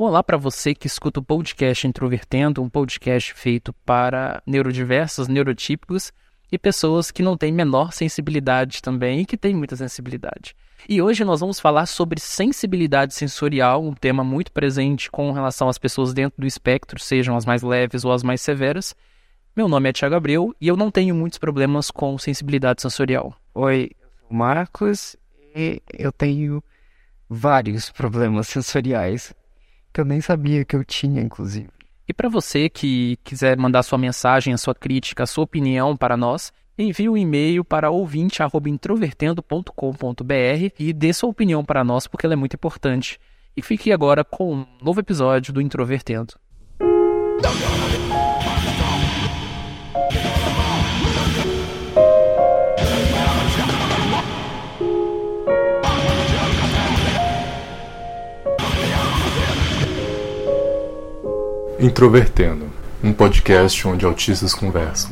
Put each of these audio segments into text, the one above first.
Olá para você que escuta o podcast Introvertendo, um podcast feito para neurodiversos, neurotípicos e pessoas que não têm menor sensibilidade também e que têm muita sensibilidade. E hoje nós vamos falar sobre sensibilidade sensorial, um tema muito presente com relação às pessoas dentro do espectro, sejam as mais leves ou as mais severas. Meu nome é Thiago Abreu e eu não tenho muitos problemas com sensibilidade sensorial. Oi, eu sou o Marcos e eu tenho vários problemas sensoriais que eu nem sabia que eu tinha, inclusive. E para você que quiser mandar sua mensagem, a sua crítica, a sua opinião para nós, envie um e-mail para ouvinte@introvertendo.com.br e dê sua opinião para nós porque ela é muito importante. E fique agora com um novo episódio do Introvertendo. Introvertendo, um podcast onde autistas conversam.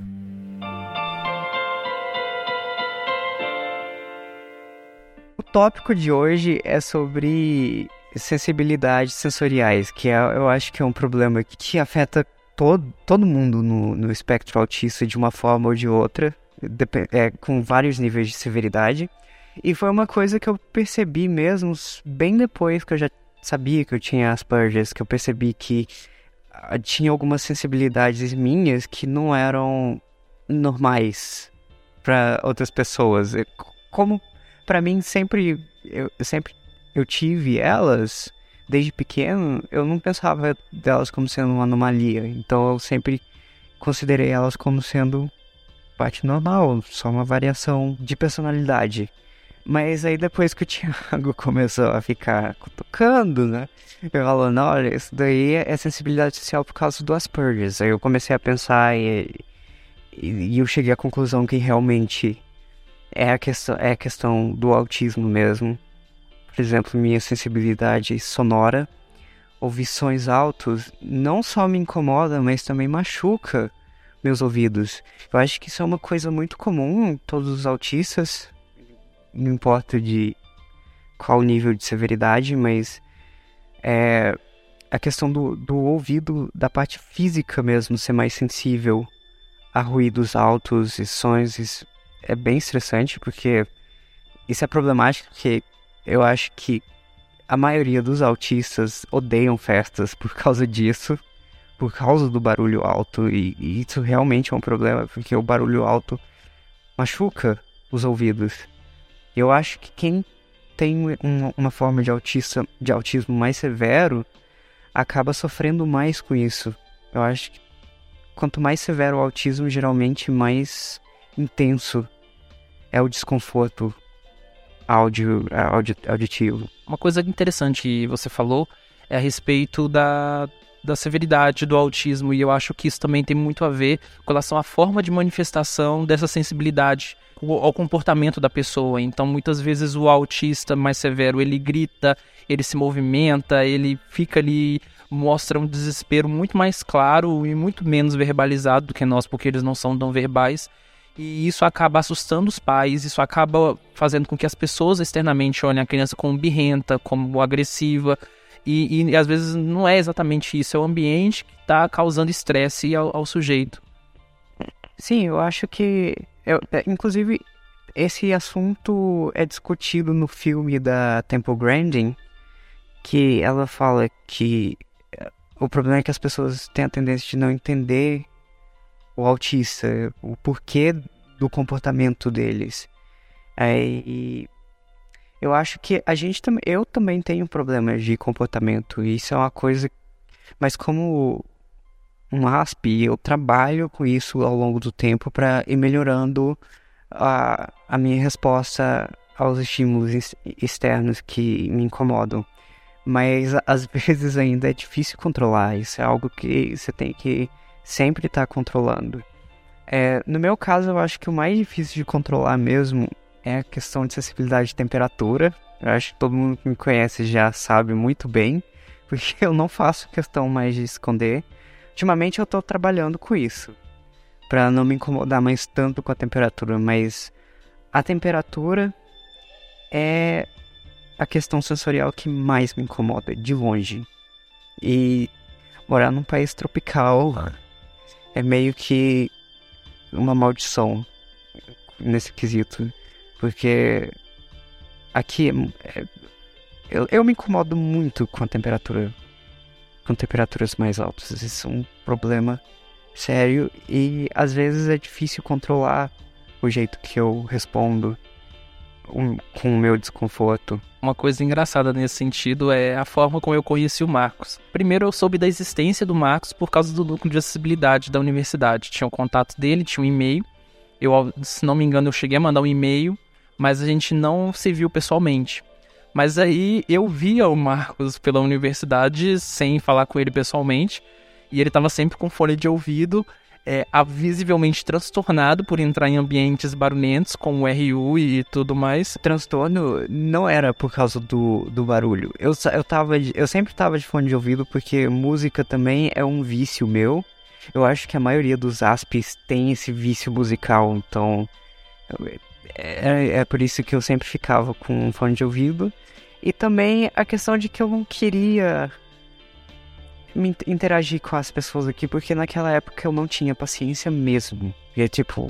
O tópico de hoje é sobre sensibilidades sensoriais, que eu acho que é um problema que afeta todo mundo no espectro autista de uma forma ou de outra, com vários níveis de severidade. E foi uma coisa que eu percebi mesmo bem depois que eu já sabia que eu tinha Asperger, que eu percebi que tinha algumas sensibilidades minhas que não eram normais para outras pessoas. Como para mim eu tive elas desde pequeno, eu não pensava delas como sendo uma anomalia. Então eu sempre considerei elas como sendo parte normal, só uma variação de personalidade. Mas aí depois que o Thiago começou a ficar cutucando, né? Eu falando, olha, isso daí é sensibilidade social por causa do Asperger. Aí eu comecei a pensar e eu cheguei à conclusão que realmente é a questão do autismo mesmo. Por exemplo, minha sensibilidade sonora, ouvir sons altos, não só me incomoda, mas também machuca meus ouvidos. Eu acho que isso é uma coisa muito comum em todos os autistas. Não importa de qual nível de severidade, mas a questão do ouvido, da parte física mesmo, ser mais sensível a ruídos altos e sons, isso é bem estressante, porque isso é problemático, porque eu acho que a maioria dos autistas odeiam festas por causa disso, por causa do barulho alto, e isso realmente é um problema, porque o barulho alto machuca os ouvidos. Eu acho que quem tem uma forma de autismo mais severo acaba sofrendo mais com isso. Eu acho que quanto mais severo o autismo, geralmente mais intenso é o desconforto auditivo. Uma coisa interessante que você falou é a respeito da severidade do autismo, e eu acho que isso também tem muito a ver com relação à forma de manifestação dessa sensibilidade ao comportamento da pessoa. Então, muitas vezes o autista mais severo, ele grita, ele se movimenta, ele fica ali, mostra um desespero muito mais claro e muito menos verbalizado do que nós, porque eles não são tão verbais. E isso acaba assustando os pais, isso acaba fazendo com que as pessoas externamente olhem a criança como birrenta, como agressiva, e às vezes não é exatamente isso, é o ambiente que está causando estresse ao sujeito. Sim, eu acho que, inclusive, esse assunto é discutido no filme da Temple Grandin, que ela fala que o problema é que as pessoas têm a tendência de não entender o autista, o porquê do comportamento deles. E eu acho que eu também tenho problemas de comportamento, e isso é uma coisa, mas como um ASP, eu trabalho com isso ao longo do tempo para ir melhorando a minha resposta aos estímulos externos que me incomodam. Mas às vezes ainda é difícil controlar, isso é algo que você tem que sempre estar controlando. No meu caso, eu acho que o mais difícil de controlar mesmo é a questão de sensibilidade de temperatura. Eu acho que todo mundo que me conhece já sabe muito bem, porque eu não faço questão mais de esconder. Ultimamente eu estou trabalhando com isso, para não me incomodar mais tanto com a temperatura, mas a temperatura é a questão sensorial que mais me incomoda, de longe. E morar num país tropical é meio que uma maldição nesse quesito. Porque aqui eu me incomodo muito com com temperaturas mais altas. Isso é um problema sério e às vezes é difícil controlar o jeito que eu respondo com o meu desconforto. Uma coisa engraçada nesse sentido é a forma como eu conheci o Marcos. Primeiro eu soube da existência do Marcos por causa do núcleo de acessibilidade da universidade. Tinha o contato dele, tinha um e-mail. Se não me engano, eu cheguei a mandar um e-mail, mas a gente não se viu pessoalmente. Mas aí eu via o Marcos pela universidade sem falar com ele pessoalmente, e ele estava sempre com fone de ouvido, visivelmente transtornado por entrar em ambientes barulhentos, como o RU e tudo mais. O transtorno não era por causa do barulho. Eu sempre tava de fone de ouvido porque música também é um vício meu. Eu acho que a maioria dos aspes tem esse vício musical, então é por isso que eu sempre ficava com fone de ouvido. E também a questão de que eu não queria me interagir com as pessoas aqui, porque naquela época eu não tinha paciência mesmo. E tipo,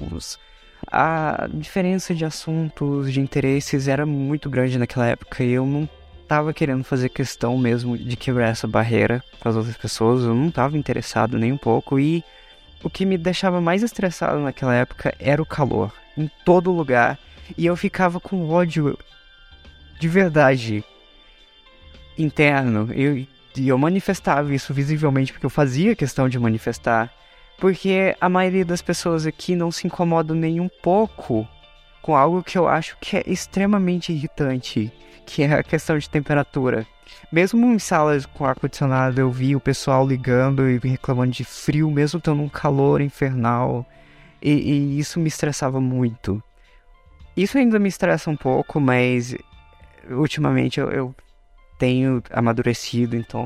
a diferença de assuntos, de interesses era muito grande naquela época e eu não tava querendo fazer questão mesmo de quebrar essa barreira com as outras pessoas. Eu não tava interessado nem um pouco e o que me deixava mais estressado naquela época era o calor, em todo lugar. E eu ficava com ódio de verdade interno. E eu manifestava isso visivelmente porque eu fazia questão de manifestar. Porque a maioria das pessoas aqui não se incomoda nem um pouco com algo que eu acho que é extremamente irritante, que é a questão de temperatura. Mesmo em salas com ar-condicionado eu vi o pessoal ligando e reclamando de frio, mesmo tendo um calor infernal. E isso me estressava muito. Isso ainda me estressa um pouco, mas ultimamente eu tenho amadurecido, então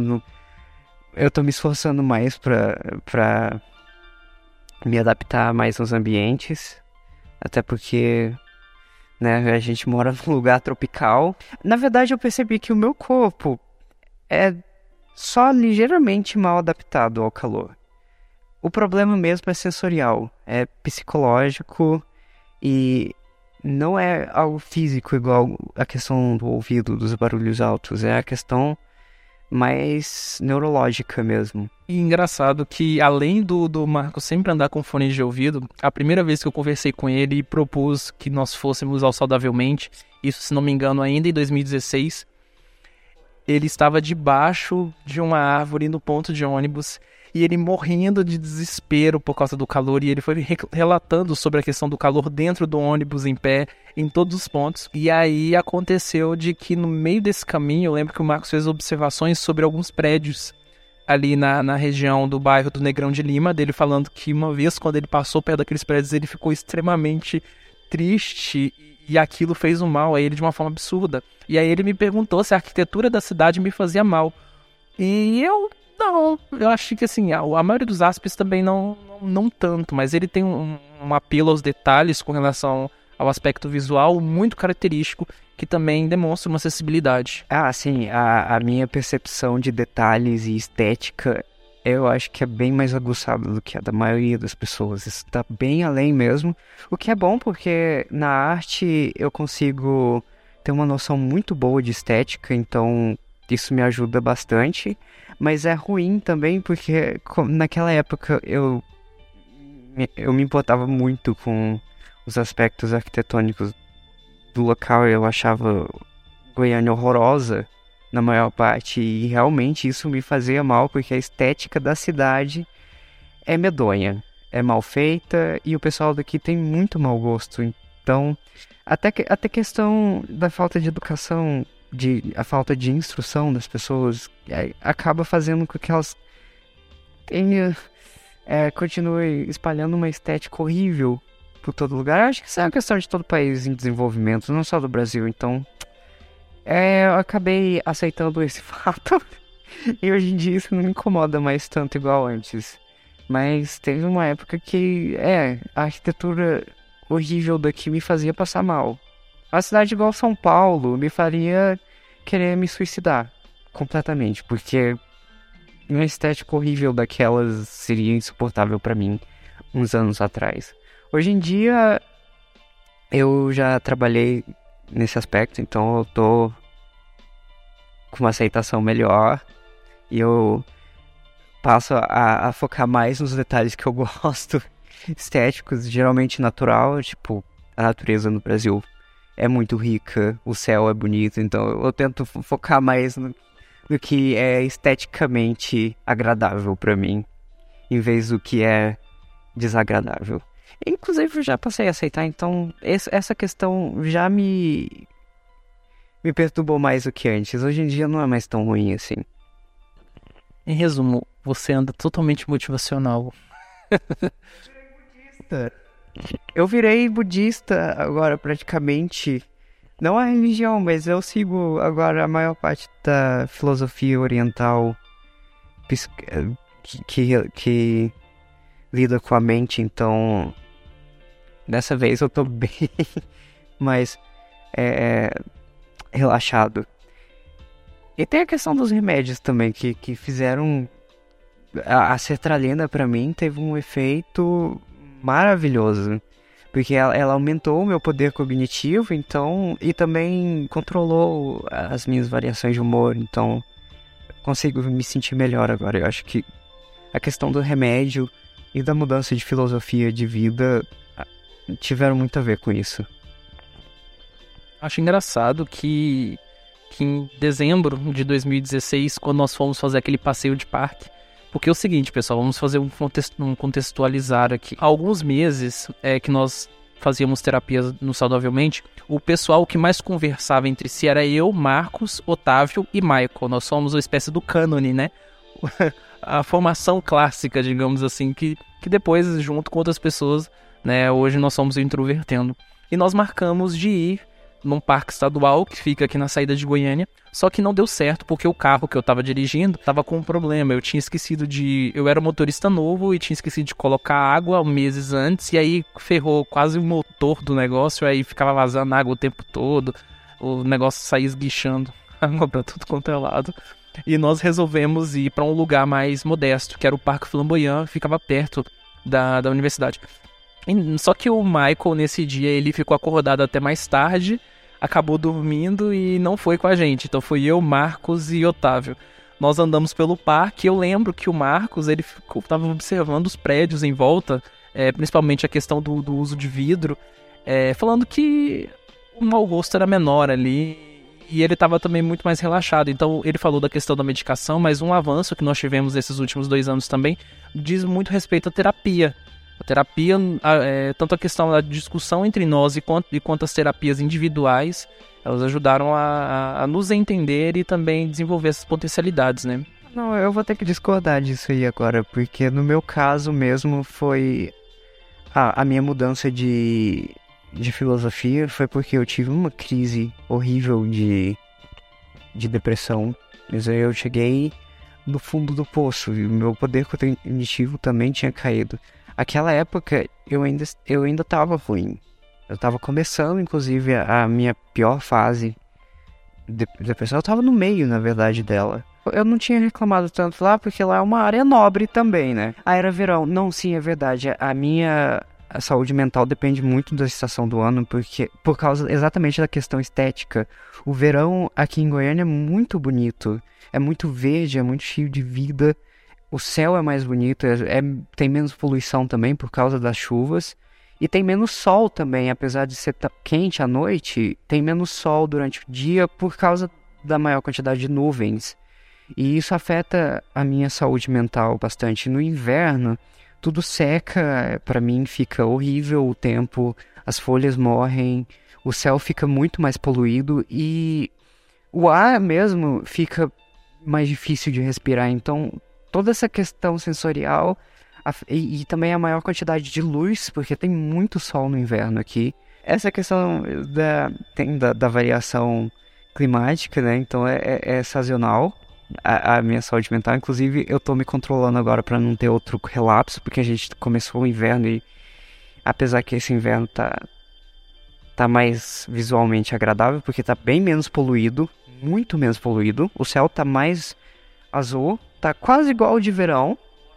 eu tô me esforçando mais pra me adaptar mais aos ambientes. Até porque, né, a gente mora num lugar tropical. Na verdade, eu percebi que o meu corpo é só ligeiramente mal adaptado ao calor. O problema mesmo é sensorial, é psicológico e não é algo físico igual a questão do ouvido, dos barulhos altos. É a questão mais neurológica mesmo. E engraçado que, além do Marcos sempre andar com fone de ouvido, a primeira vez que eu conversei com ele e propus que nós fôssemos ao Saudavelmente, isso, se não me engano, ainda em 2016, ele estava debaixo de uma árvore no ponto de ônibus e ele morrendo de desespero por causa do calor, e ele foi relatando sobre a questão do calor dentro do ônibus, em pé, em todos os pontos. E aí aconteceu de que no meio desse caminho, eu lembro que o Marcos fez observações sobre alguns prédios ali na região do bairro do Negrão de Lima, dele falando que uma vez quando ele passou perto daqueles prédios, ele ficou extremamente triste e aquilo fez um mal a ele de uma forma absurda. E aí ele me perguntou se a arquitetura da cidade me fazia mal. E eu acho que assim, a maioria dos aspes também não tanto, mas ele tem um apelo aos detalhes com relação ao aspecto visual muito característico, que também demonstra uma acessibilidade. Ah, sim, a minha percepção de detalhes e estética, eu acho que é bem mais aguçada do que a da maioria das pessoas. Isso tá bem além mesmo, o que é bom porque na arte eu consigo ter uma noção muito boa de estética, então isso me ajuda bastante. Mas é ruim também porque naquela época eu me importava muito com os aspectos arquitetônicos do local. Eu achava Goiânia horrorosa na maior parte e realmente isso me fazia mal porque a estética da cidade é medonha, é mal feita e o pessoal daqui tem muito mau gosto. Então, até questão da falta de educação, a falta de instrução das pessoas acaba fazendo com que elas continuem espalhando uma estética horrível por todo lugar. Acho que isso é uma questão de todo país em desenvolvimento, não só do Brasil. Então eu acabei aceitando esse fato e hoje em dia isso não me incomoda mais tanto igual antes. Mas teve uma época que a arquitetura horrível daqui me fazia passar mal. Uma cidade igual São Paulo me faria querer me suicidar completamente, porque uma estética horrível daquelas seria insuportável pra mim uns anos atrás. Hoje em dia, eu já trabalhei nesse aspecto, então eu tô com uma aceitação melhor e eu passo a focar mais nos detalhes que eu gosto, estéticos, geralmente natural, tipo, a natureza no Brasil é muito rica, o céu é bonito, então eu tento focar mais no que é esteticamente agradável pra mim, em vez do que é desagradável. Inclusive eu já passei a aceitar, então essa questão já me perturbou mais do que antes. Hoje em dia não é mais tão ruim assim. Em resumo, você anda totalmente motivacional. Eu virei budista agora praticamente. Não a religião, mas eu sigo agora a maior parte da filosofia oriental que lida com a mente, então dessa vez eu tô bem mais relaxado. E tem a questão dos remédios também, que fizeram a sertralina pra mim teve um efeito maravilhoso, porque ela aumentou o meu poder cognitivo, então, e também controlou as minhas variações de humor, então consigo me sentir melhor agora. Eu acho que a questão do remédio e da mudança de filosofia de vida tiveram muito a ver com isso. Acho engraçado que em dezembro de 2016, quando nós fomos fazer aquele passeio de parque, porque é o seguinte, pessoal, vamos fazer um contextualizar aqui. Há alguns meses que nós fazíamos terapias no Saudavelmente, o pessoal que mais conversava entre si era eu, Marcos, Otávio e Michael. Nós somos uma espécie do cânone, né? A formação clássica, digamos assim, que depois, junto com outras pessoas, né, hoje nós somos o Introvertendo. E nós marcamos de ir num parque estadual que fica aqui na saída de Goiânia, só que não deu certo porque o carro que eu tava dirigindo tava com um problema. Eu tinha esquecido eu era motorista novo e tinha esquecido de colocar água meses antes, e aí ferrou quase o motor do negócio, aí ficava vazando água o tempo todo, o negócio saía esguichando água pra tudo quanto é lado. E nós resolvemos ir pra um lugar mais modesto, que era o Parque Flamboyant, que ficava perto da universidade. Só que o Michael, nesse dia, ele ficou acordado até mais tarde, acabou dormindo e não foi com a gente. Então foi eu, Marcos e Otávio. Nós andamos pelo parque e eu lembro que o Marcos, ele estava observando os prédios em volta, principalmente a questão do uso de vidro, falando que o mau gosto era menor ali e ele estava também muito mais relaxado. Então ele falou da questão da medicação, mas um avanço que nós tivemos nesses últimos 2 anos também diz muito respeito à terapia. A terapia, tanto a questão da discussão entre nós e quanto as terapias individuais, elas ajudaram a nos entender e também desenvolver essas potencialidades, né? Não, eu vou ter que discordar disso aí agora, porque no meu caso mesmo foi a minha mudança de filosofia foi porque eu tive uma crise horrível de depressão. Mas aí eu cheguei no fundo do poço e o meu poder cognitivo também tinha caído. Aquela época eu ainda tava ruim. Eu tava começando, inclusive, a minha pior fase de depressão. Eu tava no meio, na verdade, dela. Eu não tinha reclamado tanto lá, porque lá é uma área nobre também, né? Ah, era verão. Não, sim, é verdade. A minha saúde mental depende muito da estação do ano, por causa exatamente da questão estética. O verão aqui em Goiânia é muito bonito. É muito verde, é muito cheio de vida. O céu é mais bonito, tem menos poluição também por causa das chuvas. E tem menos sol também, apesar de ser quente à noite, tem menos sol durante o dia por causa da maior quantidade de nuvens. E isso afeta a minha saúde mental bastante. No inverno, tudo seca, pra mim fica horrível o tempo, as folhas morrem, o céu fica muito mais poluído e o ar mesmo fica mais difícil de respirar. Então toda essa questão sensorial e também a maior quantidade de luz, porque tem muito sol no inverno aqui. Essa questão da variação climática, né? Então é sazonal a minha saúde mental. Inclusive eu tô me controlando agora para não ter outro relapso, porque a gente começou o inverno e apesar que esse inverno tá mais visualmente agradável, porque tá bem menos poluído, muito menos poluído. O céu tá mais azul tá quase igual ao de verão,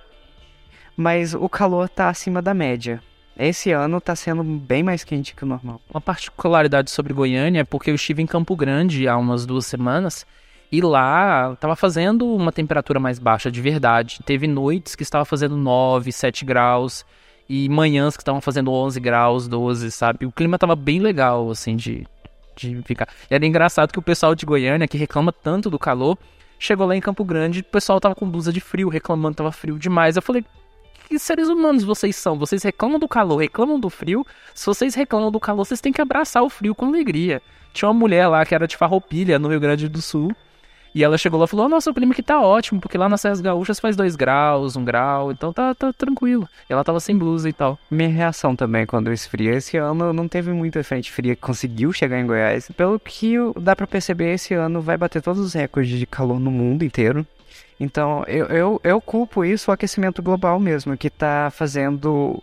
mas o calor tá acima da média. Esse ano tá sendo bem mais quente que o normal. Uma particularidade sobre Goiânia é porque eu estive em Campo Grande há umas 2 semanas e lá estava fazendo uma temperatura mais baixa de verdade. Teve noites que estava fazendo 9, 7 graus e manhãs que estavam fazendo 11 graus, 12, sabe? O clima estava bem legal, assim, de ficar. E era engraçado que o pessoal de Goiânia, que reclama tanto do calor, chegou lá em Campo Grande e o pessoal tava com blusa de frio, reclamando que tava frio demais. Eu falei, que seres humanos vocês são? Vocês reclamam do calor, reclamam do frio? Se vocês reclamam do calor, vocês têm que abraçar o frio com alegria. Tinha uma mulher lá que era de Farroupilha, no Rio Grande do Sul, e ela chegou lá e falou, nossa, o clima aqui tá ótimo, porque lá nas Serras Gaúchas faz 2 graus, 1 grau, então tá tranquilo. E ela tava sem blusa e tal. Minha reação também quando esfria, esse ano não teve muita frente fria que conseguiu chegar em Goiás. Pelo que dá pra perceber, esse ano vai bater todos os recordes de calor no mundo inteiro. Então eu culpo isso ao aquecimento global mesmo, que tá fazendo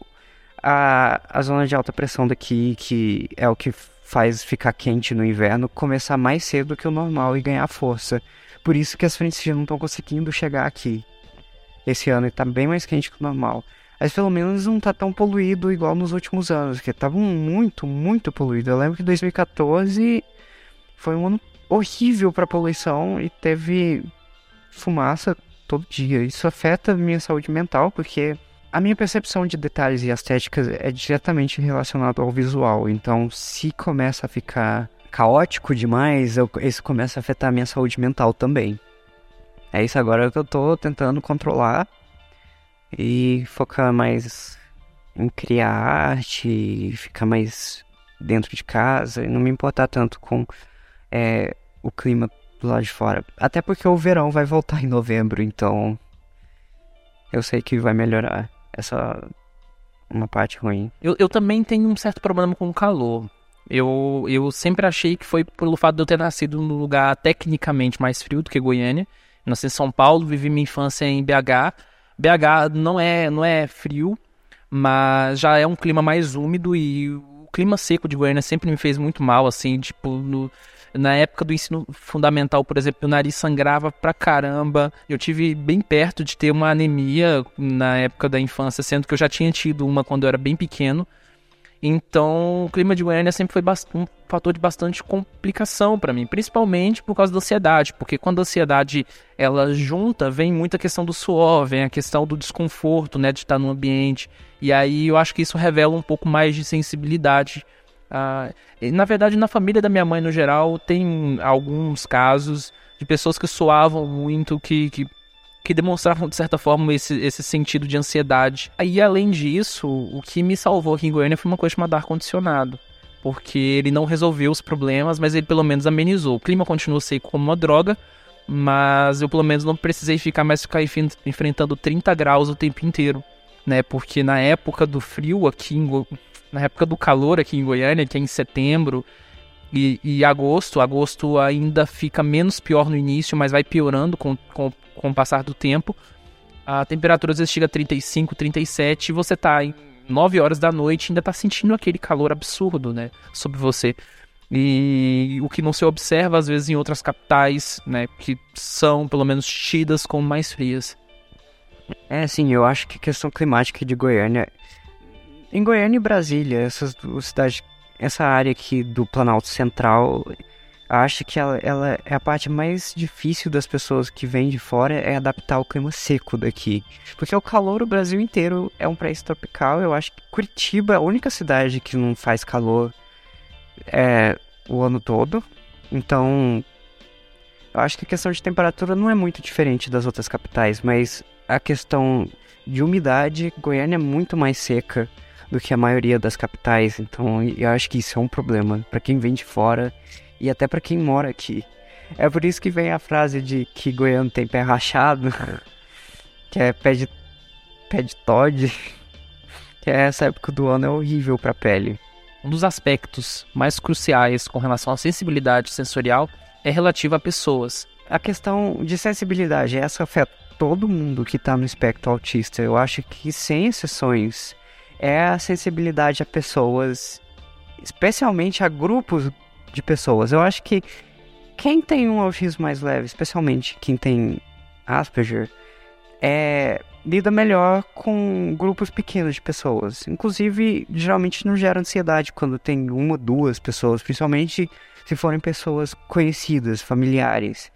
a zona de alta pressão daqui, que é o que faz ficar quente no inverno, começar mais cedo que o normal e ganhar força. Por isso que as frentes frias não estão conseguindo chegar aqui. Esse ano está bem mais quente que o normal. Mas pelo menos não está tão poluído igual nos últimos anos, que estavam muito, muito poluído. Eu lembro que 2014 foi um ano horrível para poluição e teve fumaça todo dia. Isso afeta a minha saúde mental, porque a minha percepção de detalhes e estéticas é diretamente relacionada ao visual. Então, se começa a ficar caótico demais, isso começa a afetar a minha saúde mental também. É isso agora que eu tô tentando controlar e focar mais em criar arte, ficar mais dentro de casa e não me importar tanto com o clima do lado de fora. Até porque o verão vai voltar em novembro, então eu sei que vai melhorar. Essa uma parte ruim. Eu também tenho um certo problema com o calor. Eu sempre achei que foi pelo fato de eu ter nascido num lugar tecnicamente mais frio do que Goiânia. Nasci em São Paulo, vivi minha infância em BH. BH não é frio, mas já é um clima mais úmido e o clima seco de Goiânia sempre me fez muito mal, assim, tipo, na época do ensino fundamental, por exemplo, meu nariz sangrava pra caramba. Eu tive bem perto de ter uma anemia na época da infância, sendo que eu já tinha tido uma quando eu era bem pequeno. Então, o clima de Goiânia sempre foi um fator de bastante complicação para mim, principalmente por causa da ansiedade, porque quando a ansiedade ela junta, vem muita questão do suor, vem a questão do desconforto, né, de estar no ambiente, e aí eu acho que isso revela um pouco mais de sensibilidade. Na verdade, na família da minha mãe, no geral, tem alguns casos de pessoas que suavam muito, que demonstravam, de certa forma, esse sentido de ansiedade. E, além disso, o que me salvou aqui em Goiânia foi uma coisa chamada ar-condicionado, porque ele não resolveu os problemas, mas ele pelo menos amenizou. O clima continua seco como uma droga, mas eu pelo menos não precisei ficar enfrentando 30 graus o tempo inteiro, né? Porque na época do frio aqui na época do calor aqui em Goiânia, que é em setembro e agosto ainda fica menos pior no início, mas vai piorando com o passar do tempo. A temperatura às vezes chega a 35, 37 e você tá em 9 horas da noite e ainda tá sentindo aquele calor absurdo, né, sobre você. E o que não se observa às vezes em outras capitais, né, que são pelo menos tidas como mais frias. Sim, eu acho que a questão climática de Goiânia... Em Goiânia e Brasília, essas duas cidades, essa área aqui do Planalto Central, acho que ela é a parte mais difícil das pessoas que vêm de fora, é adaptar o clima seco daqui. Porque o calor, o Brasil inteiro é um país tropical. Eu acho que Curitiba é a única cidade que não faz calor o ano todo. Então, eu acho que a questão de temperatura não é muito diferente das outras capitais, mas a questão de umidade, Goiânia é muito mais seca do que a maioria das capitais, então eu acho que isso é um problema para quem vem de fora e até para quem mora aqui. É por isso que vem a frase de que goiano tem pé rachado, que é pé de Todd, que essa época do ano é horrível para a pele. Um dos aspectos mais cruciais com relação à sensibilidade sensorial é relativo a pessoas. A questão de sensibilidade, essa afeta todo mundo que está no espectro autista. Eu acho que, sem exceções, é a sensibilidade a pessoas, especialmente a grupos de pessoas. Eu acho que quem tem um autismo mais leve, especialmente quem tem Asperger, lida melhor com grupos pequenos de pessoas. Inclusive, geralmente não gera ansiedade quando tem uma ou duas pessoas, principalmente se forem pessoas conhecidas, familiares.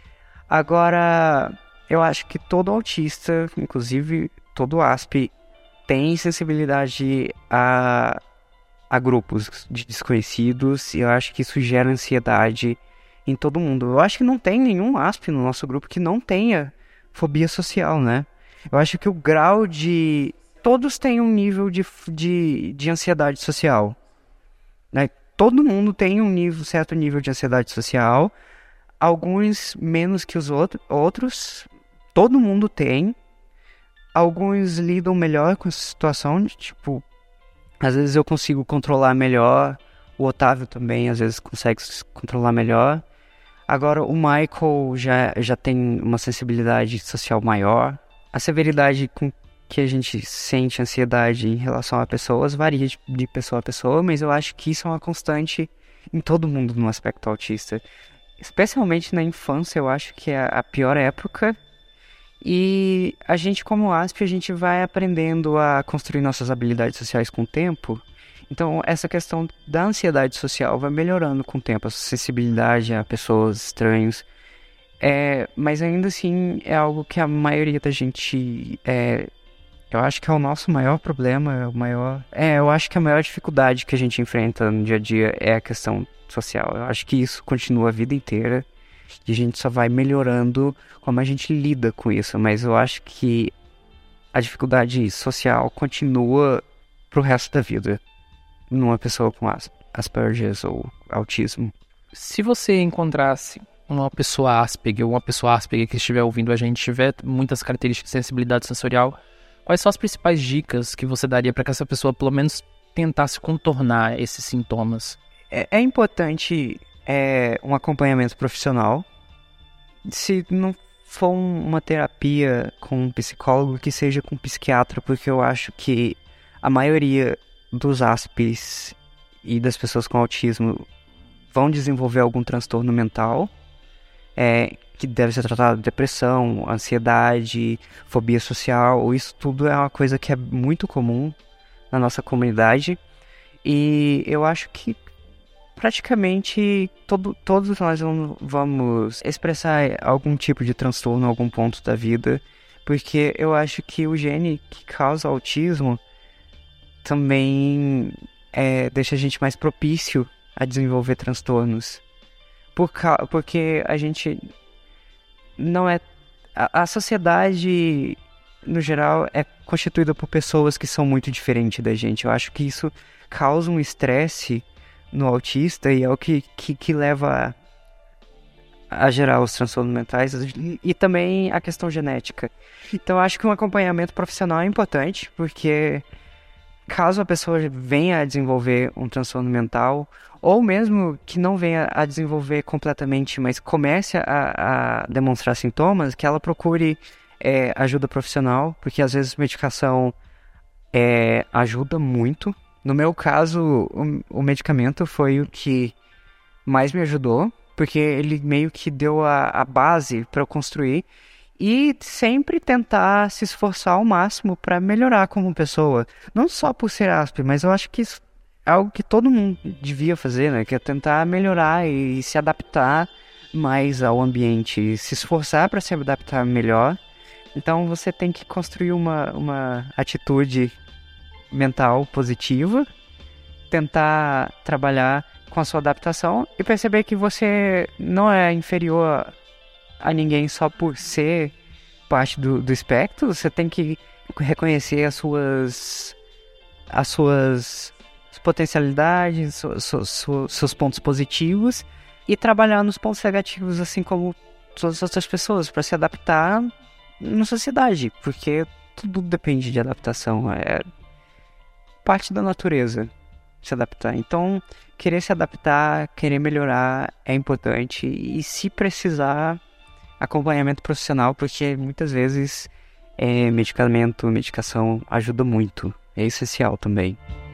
Agora, eu acho que todo autista, inclusive todo ASP, tem sensibilidade a grupos de desconhecidos, e eu acho que isso gera ansiedade em todo mundo. Eu acho que não tem nenhum ASP no nosso grupo que não tenha fobia social, né? Eu acho que o grau de... Todos têm um nível de ansiedade social, né? Todo mundo tem certo nível de ansiedade social, alguns menos que os outros, todo mundo tem. Alguns lidam melhor com essa situação, tipo, às vezes eu consigo controlar melhor, o Otávio também às vezes consegue controlar melhor. Agora o Michael já tem uma sensibilidade social maior. A severidade com que a gente sente ansiedade em relação a pessoas varia de pessoa a pessoa, mas eu acho que isso é uma constante em todo mundo no aspecto autista. Especialmente na infância, eu acho que é a pior época. E a gente, como ASP, a gente vai aprendendo a construir nossas habilidades sociais com o tempo. Então, essa questão da ansiedade social vai melhorando com o tempo, a sensibilidade a pessoas estranhas. Mas ainda assim, é algo que a maioria da gente... eu acho que é o nosso maior problema, eu acho que a maior dificuldade que a gente enfrenta no dia a dia é a questão social. Eu acho que isso continua a vida inteira. E a gente só vai melhorando como a gente lida com isso. Mas eu acho que a dificuldade social continua pro resto da vida numa pessoa com Asperger ou autismo. Se você encontrasse uma pessoa Asperger que estiver ouvindo a gente, tiver muitas características de sensibilidade sensorial, quais são as principais dicas que você daria para que essa pessoa pelo menos tentasse contornar esses sintomas? É importante um acompanhamento profissional. Se não for uma terapia com um psicólogo, que seja com um psiquiatra, porque eu acho que a maioria dos ASPs e das pessoas com autismo vão desenvolver algum transtorno mental, que deve ser tratado de depressão, ansiedade, fobia social. Isso tudo é uma coisa que é muito comum na nossa comunidade, e eu acho que praticamente todos nós vamos expressar algum tipo de transtorno em algum ponto da vida, porque eu acho que o gene que causa autismo também deixa a gente mais propício a desenvolver transtornos. Porque a gente não é... A sociedade, no geral, é constituída por pessoas que são muito diferentes da gente. Eu acho que isso causa um estresse no autista, e é o que leva a gerar os transtornos mentais, e também a questão genética. Então, acho que um acompanhamento profissional é importante, porque caso a pessoa venha a desenvolver um transtorno mental, ou mesmo que não venha a desenvolver completamente, mas comece a demonstrar sintomas, que ela procure ajuda profissional, porque às vezes medicação ajuda muito. No meu caso, o medicamento foi o que mais me ajudou, porque ele meio que deu a base para eu construir, e sempre tentar se esforçar ao máximo para melhorar como pessoa. Não só por ser ASP, mas eu acho que isso é algo que todo mundo devia fazer, né? Que é tentar melhorar e se adaptar mais ao ambiente, se esforçar para se adaptar melhor. Então você tem que construir uma atitude mental positiva, tentar trabalhar com a sua adaptação e perceber que você não é inferior a ninguém só por ser parte do espectro. Você tem que reconhecer as suas potencialidades, seus pontos positivos, e trabalhar nos pontos negativos, assim como todas as outras pessoas, para se adaptar na sociedade, porque tudo depende de adaptação. É parte da natureza se adaptar. Então, querer se adaptar, querer melhorar é importante, e se precisar, acompanhamento profissional, porque muitas vezes medicação ajuda muito, é essencial também.